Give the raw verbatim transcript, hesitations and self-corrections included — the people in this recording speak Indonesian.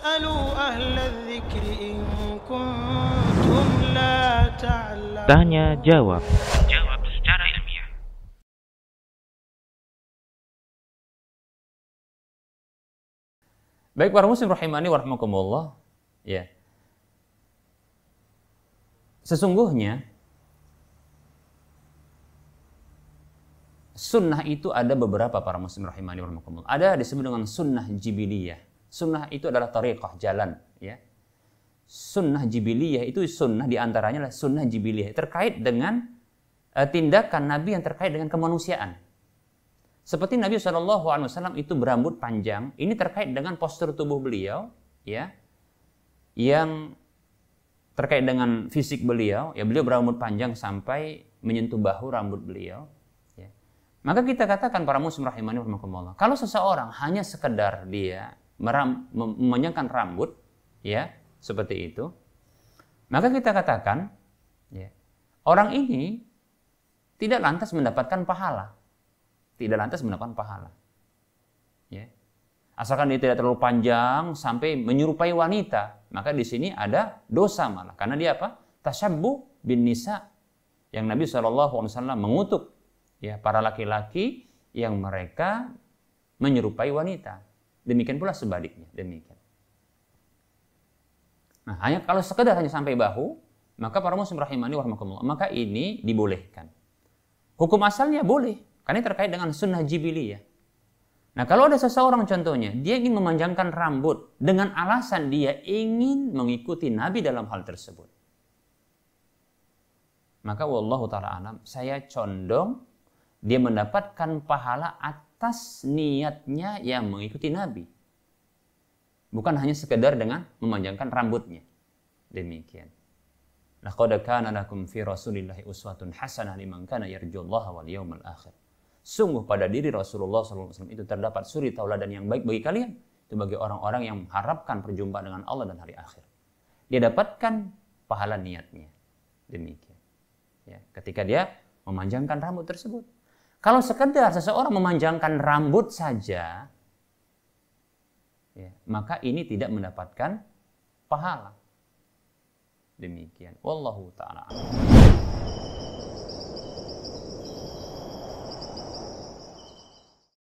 فاسألوا أهل الذكر إن كنتم لا تعلمون. Tanya jawab. Jawab secara ilmiah. Baik para muslim rahimani wa rahimakumullah. Ya. Sesungguhnya sunnah itu ada beberapa para muslim rahimani wa rahimakumullah. Ada disebut dengan sunnah jibiliyah. Sunnah itu adalah tariqah, jalan, ya. Sunnah jibiliyah itu sunnah diantaranya adalah sunnah jibiliyah terkait dengan uh, tindakan Nabi yang terkait dengan kemanusiaan. Seperti Nabi shallallahu alaihi wasallam itu berambut panjang, ini terkait dengan postur tubuh beliau, ya, yang terkait dengan fisik beliau, ya beliau berambut panjang sampai menyentuh bahu rambut beliau. Ya. Maka kita katakan para muslim rahimani wa rahimakumullah, kalau seseorang hanya sekedar dia meram, memanjangkan rambut, ya, seperti itu, maka kita katakan, ya, orang ini tidak lantas mendapatkan pahala, tidak lantas mendapatkan pahala, ya. Asalkan dia tidak terlalu panjang sampai menyerupai wanita, maka di sini ada dosa malah, karena dia apa? Tasyabbuh bin nisa, yang Nabi shallallahu alaihi wasallam mengutuk, ya, para laki-laki yang mereka menyerupai wanita. Demikian pula sebaliknya, demikian. Nah, hanya kalau sekedar hanya sampai bahu, maka para muslim rahimani wa rahimakumullah, maka ini dibolehkan. Hukum asalnya boleh, karena ini terkait dengan sunnah jibiliyah. Nah, kalau ada seseorang contohnya, dia ingin memanjangkan rambut dengan alasan dia ingin mengikuti Nabi dalam hal tersebut, maka wallahu ta'ala alam, saya condong dia mendapatkan pahala atas niatnya yang mengikuti Nabi. Bukan hanya sekedar dengan memanjangkan rambutnya. Demikian. Laqad kana lakum fi Rasulillahi uswatun hasanah liman kana yarjullaha wal yawmal akhir. Sungguh pada diri Rasulullah shallallahu alaihi wasallam itu terdapat suri tauladan yang baik bagi kalian. Itu bagi orang-orang yang mengharapkan perjumpaan dengan Allah dan hari akhir. Dia dapatkan pahala niatnya. Demikian. Ya, ketika dia memanjangkan rambut tersebut. Kalau sekedar seseorang memanjangkan rambut saja, ya, maka ini tidak mendapatkan pahala. Demikian. Wallahu ta'ala a'lam.